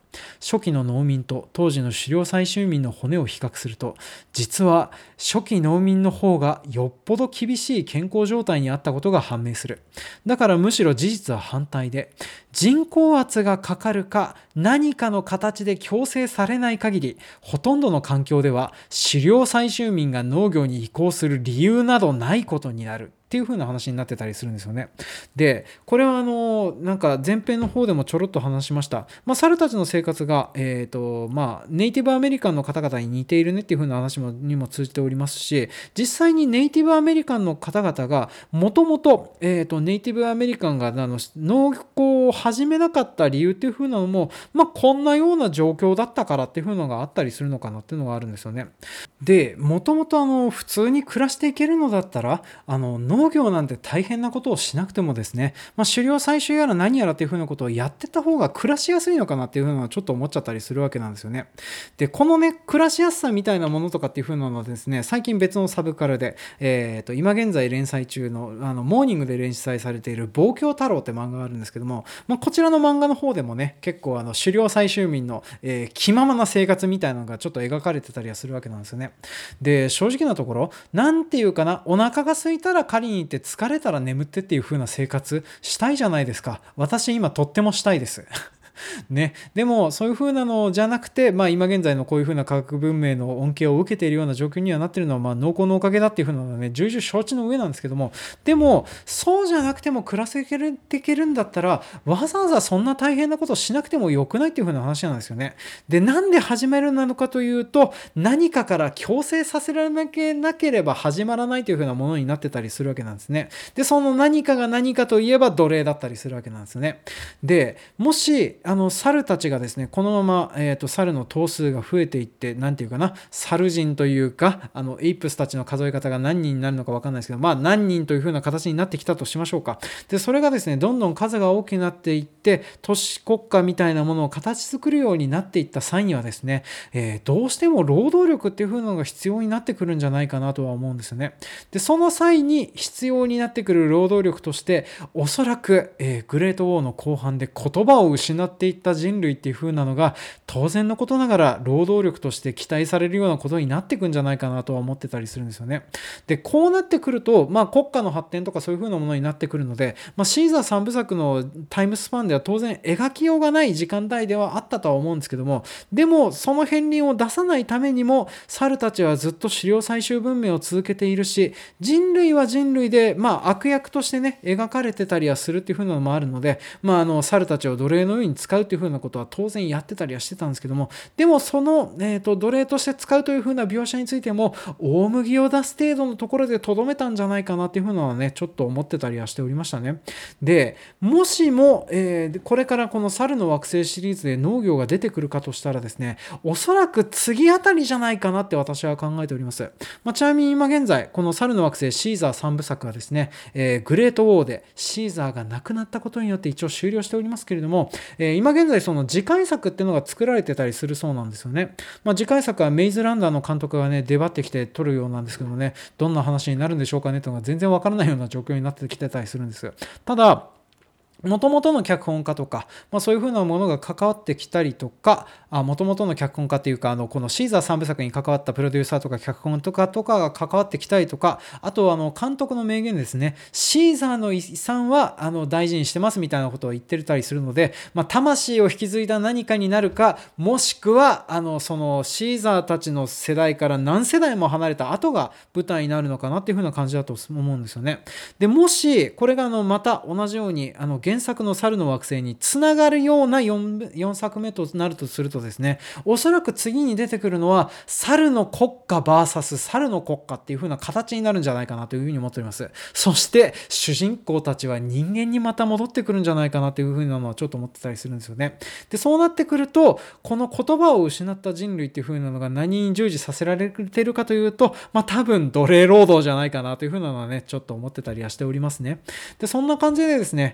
初期の農民と当時の狩猟採集民の骨を比較すると、実は初期農民の方がよっぽど厳しい健康状態にあったことが判明する。だからむしろ事実は反対で、人工圧がかかるか何かの形で強制されない限り、ほとんどの環境では狩猟採集民が農業に移行する理由などないことになるっていう風な話になってたりするんですよね。で、これはあのなんか前編の方でもちょろっと話しました。まあ、猿たちの生活が、えーとまあ、ネイティブアメリカンの方々に似ているねっていう風な話もにも通じておりますし、実際にネイティブアメリカンの方々がもともとネイティブアメリカンがあの農耕を始めなかった理由っていう風なのも、まあ、こんなような状況だったからっていう風なのがあったりするのかなっていうのがあるんですよね。で、もともとあの普通に暮らしていけるのだったら、あの農業なんて大変なことをしなくてもですね、まあ、狩猟採集やら何やらっていう風なことをやってた方が暮らしやすいのかなっていう風なのはちょっと思っちゃったりするわけなんですよね。で、このね暮らしやすさみたいなものとかっていう風なのはですね、最近別のサブカルで、えー、と今現在連載中のあのモーニングで連載されている望郷太郎って漫画があるんですけども、まあ、こちらの漫画の方でもね結構あの狩猟採集民の、えー、気ままな生活みたいなのがちょっと描かれてたりはするわけなんですよね。で、正直なところなんていうかな、お腹が空いたら狩りに行って疲れたら眠ってっていう風な生活したいじゃないですか。私今とってもしたいですね、でもそういう風なのじゃなくて、まあ、今現在のこういう風な科学文明の恩恵を受けているような状況にはなっているのは、まあ、農耕のおかげだっていう風なのはね重々承知の上なんですけども、でもそうじゃなくても暮らせていけるんだったらわざわざそんな大変なことをしなくてもよくないっていう風な話なんですよね。で、なんで始めるなのかというと、何かから強制させられなければ始まらないという風なものになってたりするわけなんですね。で、その何かが何かといえば奴隷だったりするわけなんですよね。で、もしあの猿たちがですねこのまま、えー、と猿の頭数が増えていって、なんていうかな、猿人というかあのエイプスたちの数え方が何人になるのか分かんないですけど、まあ何人という風な形になってきたとしましょうか。で、それがですねどんどん数が大きくなっていって都市国家みたいなものを形作るようになっていった際にはですね、えー、どうしても労働力っていう風なのが必要になってくるんじゃないかなとは思うんですよね。で、その際に必要になってくる労働力としておそらく、えー、グレートウォーの後半で言葉を失っていった人類っていう風なのが当然のことながら労働力として期待されるようなことになっていくんじゃないかなとは思ってたりするんですよね。で、こうなってくると、まあ、国家の発展とかそういう風なものになってくるので、まあ、シーザー三部作のタイムスパンでは当然描きようがない時間帯ではあったとは思うんですけども、でもその片鱗を出さないためにも猿たちはずっと狩猟採集文明を続けているし、人類は人類で、まあ、悪役としてね描かれてたりはするっていう風なのもあるので、まあ、あの猿たちを奴隷のように使うっていう風なことは当然やってたりはしてたんですけども、でもその、えーと、奴隷として使うという風な描写についても大麦を出す程度のところでとどめたんじゃないかなっていう風なのはねちょっと思ってたりはしておりましたね。で、もしも、えー、これからこの猿の惑星シリーズで農業が出てくるかとしたらですね、おそらく次あたりじゃないかなって私は考えております。まあ、ちなみに今現在この猿の惑星シーザー三部作はですね、えー、グレートウォーでシーザーが亡くなったことによって一応終了しておりますけれども、えー、今現在その次回作っていうのが作られてたりするそうなんですよね。まあ、次回作はメイズランダーの監督がね出張ってきて撮るようなんですけどもね、どんな話になるんでしょうかねというのが全然わからないような状況になってきてたりするんです。ただ元々の脚本家とか、まあ、そういう風なものが関わってきたりとか、元々の脚本家っていうか、あのこのシーザー三部作に関わったプロデューサーとか脚本とかとかが関わってきたりとか、あとはあの監督の名言ですね、シーザーの遺産はあの大事にしてますみたいなことを言ってたりするので、まあ、魂を引き継いだ何かになるか、もしくはあのそのシーザーたちの世代から何世代も離れた後が舞台になるのかなっていう風な感じだと思うんですよね。で、もしこれがあのまた同じようにあの原作の猿の惑星につながるような 4, よんさくめとなるとするとですね、おそらく次に出てくるのは猿の国家 ブイエス 猿の国家っていう風な形になるんじゃないかなという風に思っております。そして主人公たちは人間にまた戻ってくるんじゃないかなという風なのはちょっと思ってたりするんですよね。で、そうなってくるとこの言葉を失った人類っていう風なのが何に従事させられてるかというと、まあ多分奴隷労働じゃないかなという風なのはねちょっと思ってたりはしておりますね。で、そんな感じでですね、あの描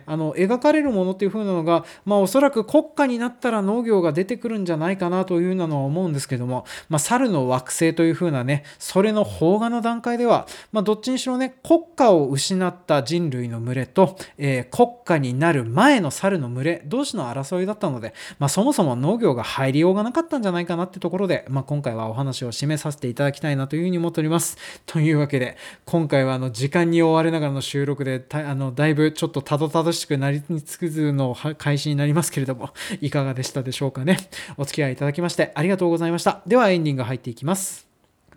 描かれるものっていう風なのが、まあ、おそらく国家になったら農業が出てくるんじゃないかなというのは思うんですけども、まあ、猿の惑星という風なね、それの邦画の段階では、まあ、どっちにしろね、国家を失った人類の群れと、えー、国家になる前の猿の群れ同士の争いだったので、まあ、そもそも農業が入りようがなかったんじゃないかなってところで、まあ、今回はお話を締めさせていただきたいなというふうに思っております。というわけで、今回はあの時間に追われながらの収録で、あのだいぶちょっとたどたどしくなりつくずの開始になりますけれども、いかがでしたでしょうかね。お付き合いいただきましてありがとうございました。ではエンディング入っていきます。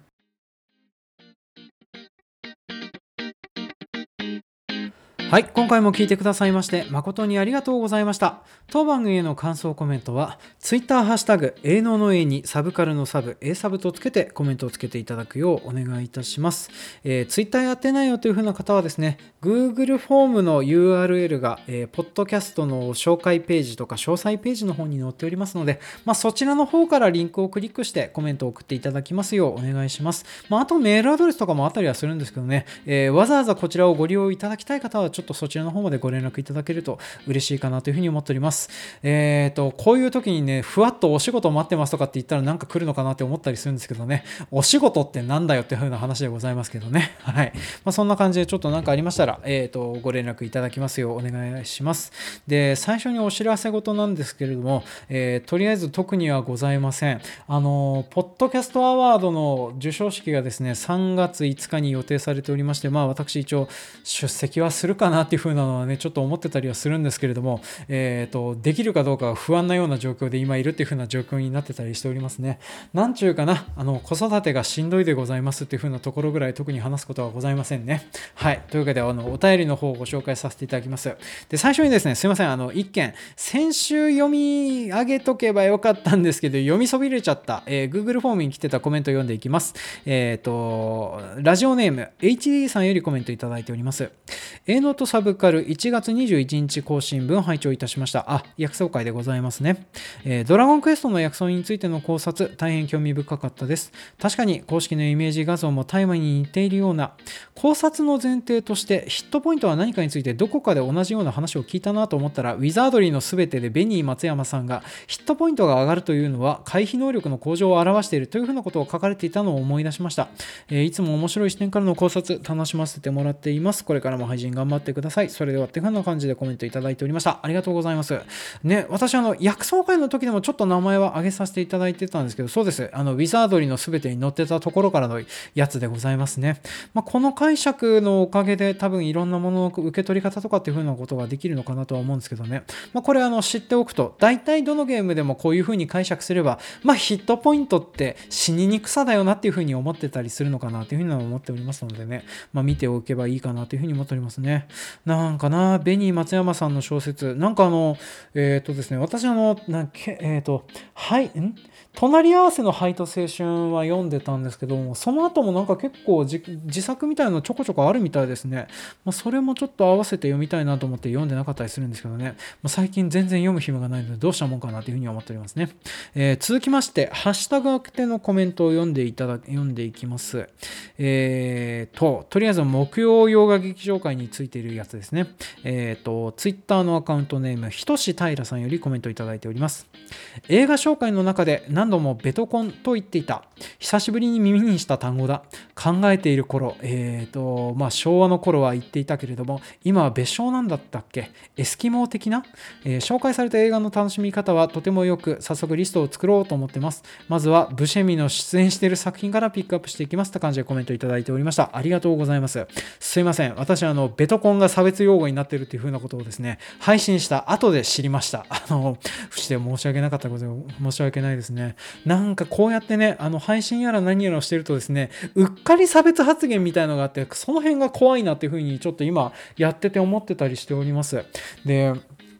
はい、今回も聞いてくださいまして誠にありがとうございました。当番組への感想コメントは Twitter ハッシュタグ営農の A にサブカルのサブ A サブとつけてコメントをつけていただくようお願いいたします。えー、Twitter やってないよという風な方はですね、 Google フォームの ユーアールエル が、えー、ポッドキャストの紹介ページとか詳細ページの方に載っておりますので、まあ、そちらの方からリンクをクリックしてコメントを送っていただきますようお願いします。まあ、あとメールアドレスとかもあったりはするんですけどね、えー、わざわざこちらをご利用いただきたい方はちょっとそちらの方までご連絡いただけると嬉しいかなというふうに思っております。えーと、こういう時にね、ふわっとお仕事待ってますとかって言ったらなんか来るのかなって思ったりするんですけどね、お仕事ってなんだよっていう風な話でございますけどね。はい。まあ、そんな感じでちょっとなんかありましたら、えーと、ご連絡いただきますようお願いします。で、最初にお知らせ事なんですけれども、えー、とりあえず特にはございません。あの、ポッドキャストアワードの授賞式がですね、さんがついつかに予定されておりまして、まあ私一応出席はするかなっていう風なのはね、ちょっと思ってたりはするんですけれども、えーと、できるかどうかは不安なような状況で今いるっていう風な状況になってたりしておりますね。なんちゅうかな、あの、子育てがしんどいでございますっていう風なところぐらい特に話すことはございませんね。はい。というわけで、あの、お便りの方をご紹介させていただきます。で、最初にですね、すいません、あの、一件、先週読み上げとけばよかったんですけど、読みそびれちゃった、えー、Google フォームに来てたコメントを読んでいきます。えっと、ラジオネーム、エイチディー さんよりコメントいただいております。営農とサブカルいちがつにじゅういちにち更新分拝聴いたしました。あ、薬草会でございますね。えー、ドラゴンクエストの薬草についての考察、大変興味深かったです。確かに公式のイメージ画像も大麻に似ているような、考察の前提としてヒットポイントは何かについてどこかで同じような話を聞いたなと思ったら、ウィザードリーのすべてでベニー松山さんがヒットポイントが上がるというのは回避能力の向上を表しているというふうなことを書かれていたのを思い出しました。えー、いつも面白い視点からの考察楽しませてもらっています。これからも配信頑張ってください。それではっていうふうな感じでコメントいただいておりました。ありがとうございます。ね、私あの薬草会の時でもちょっと名前は挙げさせていただいてたんですけど、そうです。あのウィザードリーのすべてに載ってたところからのやつでございますね。まあ、この解釈のおかげで多分いろんなものの受け取り方とかっていうふうなことができるのかなとは思うんですけどね。まあ、これあの知っておくと、大体どのゲームでもこういうふうに解釈すれば、まあ、ヒットポイントって死ににくさだよなっていうふうに思ってたりするのかなというふうに思っておりますのでね、まあ、見ておけばいいかなというふうに思っておりますね。なんかな、ベニー松山さんの小説、なんかあの、えっ、ー、とですね、私あの、なんけえっ、ー、と、はい、ん隣り合わせの灰と青春は読んでたんですけども、その後もなんか結構自作みたいなのちょこちょこあるみたいですね。まあ、それもちょっと合わせて読みたいなと思って読んでなかったりするんですけどね。まあ、最近全然読む暇がないのでどうしたもんかなというふうに思っておりますね。えー、続きまして、ハッシュタグあけてのコメントを読んでいただ読んでいきます。えーと、とりあえず木曜洋画劇場会についているやつですね。えーと、ツイッターのアカウントネーム、ひとし平さんよりコメントいただいております。映画紹介の中で何度もベトコンと言っていた。久しぶりに耳にした単語だ。考えている頃、えーと、まあ昭和の頃は言っていたけれども、今は別称なんだったっけ？エスキモー的な、えー、紹介された映画の楽しみ方はとてもよく、早速リストを作ろうと思ってます。まずはブシェミの出演している作品からピックアップしていきますと感じでコメントいただいておりました。ありがとうございます。すいません。私はあのベトコンが差別用語になっているというふうなことをですね、配信した後で知りました。あの、不して申し訳なかったことで申し訳ないですね。なんかこうやってね、あの配信やら何やらをしてるとですね、うっかり差別発言みたいなのがあって、その辺が怖いなっていうふうにちょっと今やってて思ってたりしております。で、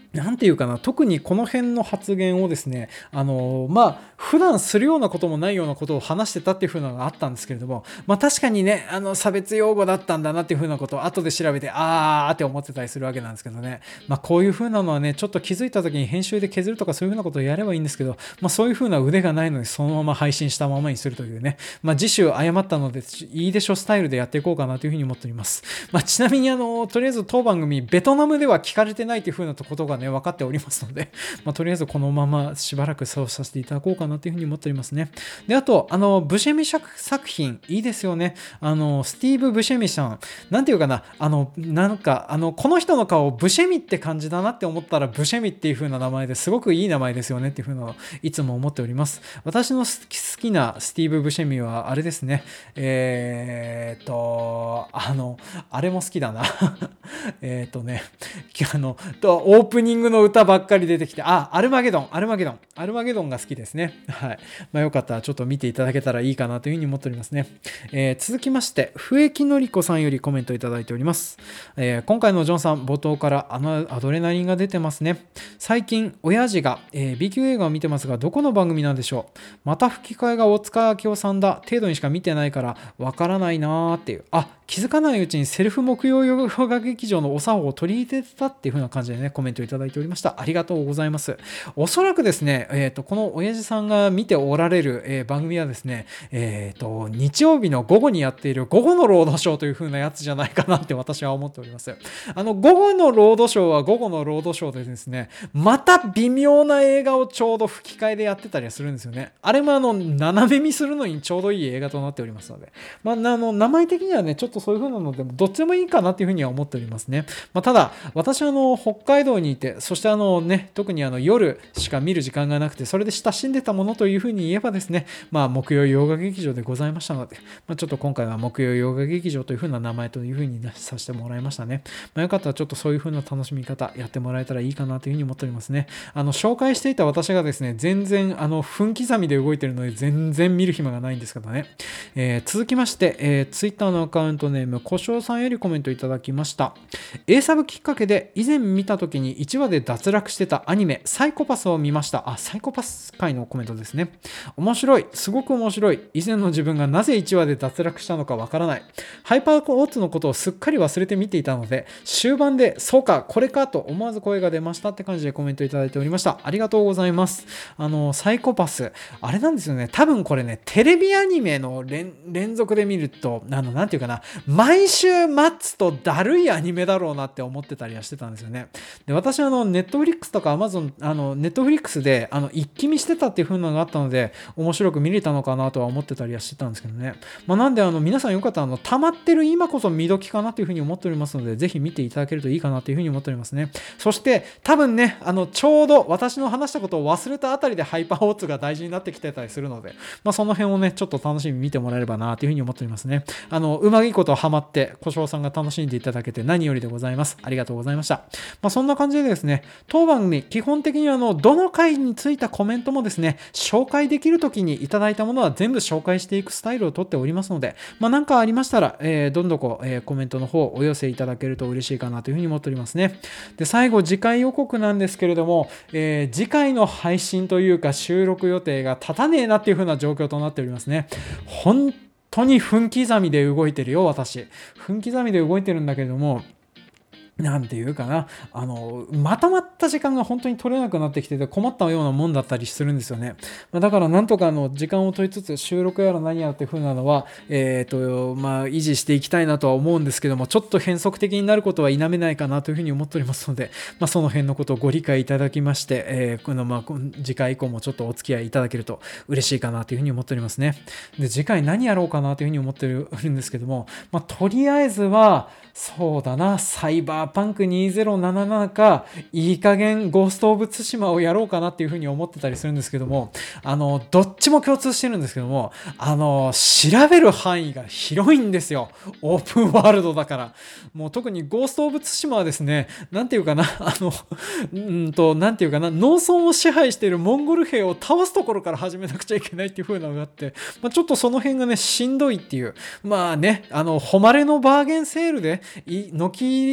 なんていうかな、特にこの辺の発言をですね、あのまあ普段するようなこともないようなことを話してたっていう風なのがあったんですけれども、まあ確かにね、あの差別用語だったんだなっていう風なことを後で調べてあーって思ってたりするわけなんですけどね。まあこういう風なのはね、ちょっと気づいた時に編集で削るとかそういう風なことをやればいいんですけど、まあそういう風な腕がないのにそのまま配信したままにするというね、まあ次週誤ったのでいいでしょスタイルでやっていこうかなという風に思っております。まあちなみにあのとりあえず当番組ベトナムでは聞かれてないという風なことがね分かっておりますので、まあ、とりあえずこのまましばらくそうさせていただこうかなというふうに思っておりますね。で、あと、あの、ブシェミ作品、いいですよね。あの、スティーブ・ブシェミさん、なんていうかな、あの、なんか、あの、この人の顔、ブシェミって感じだなって思ったら、ブシェミっていう風な名前ですごくいい名前ですよねっていう風なのをいつも思っております。私の好きなスティーブ・ブシェミは、あれですね、えーっと、あの、あれも好きだな。えっとね、あの、オープニングの歌ばっかり出てきて、あ、アルマゲドン、アルマゲドン、アルマゲドンが好きですね。はい。まあよかったらちょっと見ていただけたらいいかなというふうに思っておりますね。えー、続きまして、笛木のりこさんよりコメントいただいております。えー、今回のジョンさん、冒頭からあのアドレナリンが出てますね。最近、親父が、えー、B 級映画を見てますが、どこの番組なんでしょう。また吹き替えが大塚明夫さんだ。程度にしか見てないから、わからないなーっていう。あ、気づかないうちにセルフ木曜洋画劇場のお作法を取り入れてたっていう風な感じでね、コメントいただいておりました。ありがとうございます。おそらくですね、えっと、この親父さんが見ておられる、えー、番組はですね、えっと、日曜日の午後にやっている午後のロードショーという風なやつじゃないかなって私は思っております。あの、午後のロードショーは午後のロードショーでですね、また微妙な映画をちょうど吹き替えでやってたりするんですよね。あれもあの、斜め見するのにちょうどいい映画となっておりますので、まあ、あの、名前的にはね、ちょっとそういう風なのでも、どっちでもいいかなっていう風には思っておりますね。まあ、ただ、私はあの、北海道にいて、そしてあのね、特にあの、夜しか見る時間がなくて、それで親しんでたものという風に言えばですね、まあ、木曜洋画劇場でございましたので、まあ、ちょっと今回は木曜洋画劇場という風な名前という風にさせてもらいましたね。まあ、よかったらちょっとそういう風な楽しみ方やってもらえたらいいかなという風に思っておりますね。あの、紹介していた私がですね、全然あの、分刻みで動いてるので、全然見る暇がないんですけどね。えー、続きまして、えー、Twitter のアカウントネーム、小翔さんよりコメントいただきました。A サブきっかけで以前見た時にいちわで脱落してたアニメサイコパスを見ました。あ、サイコパス回のコメントですね。面白い、すごく面白い。以前の自分がなぜいちわで脱落したのかわからない。ハイパーオーツのことをすっかり忘れて見ていたので、終盤でそうかこれかと思わず声が出ましたって感じでコメントいただいておりました。ありがとうございます。あのサイコパス、あれなんですよね。多分これね、テレビアニメの 連, 連続で見ると、あのなんていうかな、毎週待つとだるいアニメだろうなって思ってたりはしてたんですよね。で、私あのネットフリックスとかアマゾン、あのネットフリックスであの一気見してたっていう風なのがあったので、面白く見れたのかなとは思ってたりはしてたんですけどね。まあ、なんであの皆さんよかったらあの溜まってる今こそ見時かなという風に思っておりますので、ぜひ見ていただけるといいかなという風に思っておりますね。そして多分ね、あのちょうど私の話したことを忘れたあたりでハイパーオーツが大事になってきてたりするので、まあ、その辺をねちょっと楽しみに見てもらえればなという風に思っておりますね。あのうまいことハマって小翔さんが楽しんでいただけて何よりでございます。ありがとうございました。まあ、そんな感じでですね、当番組基本的にあのどの回についたコメントもですね、紹介できる時にいただいたものは全部紹介していくスタイルをとっておりますので、まあ、なんかありましたら、えー、どんどんこう、えー、コメントの方お寄せいただけると嬉しいかなというふうに思っておりますね。で、最後次回予告なんですけれども、えー、次回の配信というか収録予定が立たねえなっていう風な状況となっておりますね。本当に分刻みで動いてるよ、私。分刻みで動いてるんだけれども、なんていうかな、あのまとまった時間が本当に取れなくなってきてて困ったようなもんだったりするんですよね。だからなんとかの時間を取りつつ収録やら何やらっていう風なのは、えーとまあ、維持していきたいなとは思うんですけども、ちょっと変則的になることは否めないかなというふうに思っておりますので、まあ、その辺のことをご理解いただきまして、えー、このまあ次回以降もちょっとお付き合いいただけると嬉しいかなというふうに思っておりますね。で、次回何やろうかなというふうに思ってるんですけども、まあ、とりあえずはそうだな、サイバーパンクにせんななじゅうななか、いい加減ゴーストオブツシマをやろうかなっていうふうに思ってたりするんですけども、あの、どっちも共通してるんですけども、あの、調べる範囲が広いんですよ。オープンワールドだから。もう特にゴーストオブツシマはですね、なんていうかな、あの、うんと、なんていうかな、農村を支配しているモンゴル兵を倒すところから始めなくちゃいけないっていう風なのがあって、まあ、ちょっとその辺がね、しんどいっていう、まあね、あの、誉れのバーゲンセールで、軒並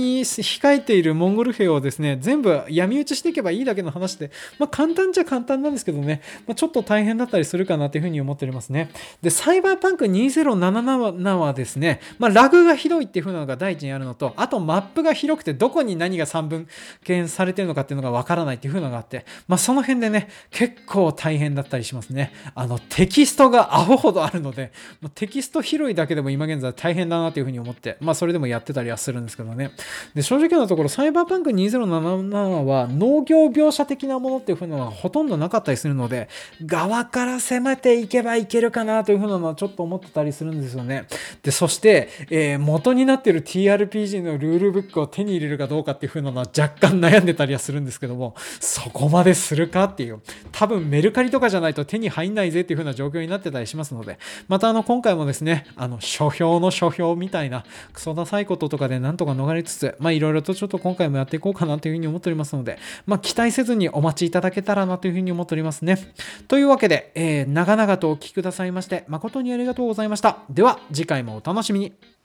に控えているモンゴル兵をですね、全部闇討ちしていけばいいだけの話で、まあ、簡単っちゃ簡単なんですけどね、まあ、ちょっと大変だったりするかなというふうに思っておりますね。で、サイバーパンクにせんななじゅうななはですね、まあ、ラグがひどいっていう風なのが第一にあるのと、あとマップが広くてどこに何が散分件されてるのかっていうのがわからないっていう風なのがあって、まあ、その辺でね、結構大変だったりしますね。あの、テキストがアホほどあるので、テキスト拾いだけでも今現在大変だなという風に思って、まあ、それでもやってたりはするんですけどね。で、正直なところ、サイバーパンクにせんななじゅうななは農業描写的なものっていう風なのがほとんどなかったりするので、側から攻めていけばいけるかなという風なのはちょっと思ってたりするんですよね。で、そして、えー、元になっている ティーアールピージー のルールブックを手に入れるかどうかっていう風なのは若干悩んでたりはするんですけども、そこまでするかっていう、多分メルカリとかじゃないと手に入んないぜっていう風な状況になってたりしますので、またあの今回もですね、あの書評の書評みたいなクソダサいこととかでなんとか逃れつつ、まあいろいろとちょっと今回もやっていこうかなという風に思っておりますので、まあ期待せずにお待ちいただけたらなという風に思っておりますね。というわけで、えー、長々とお聞きくださいまして誠にありがとうございました。では次回もお楽しみに。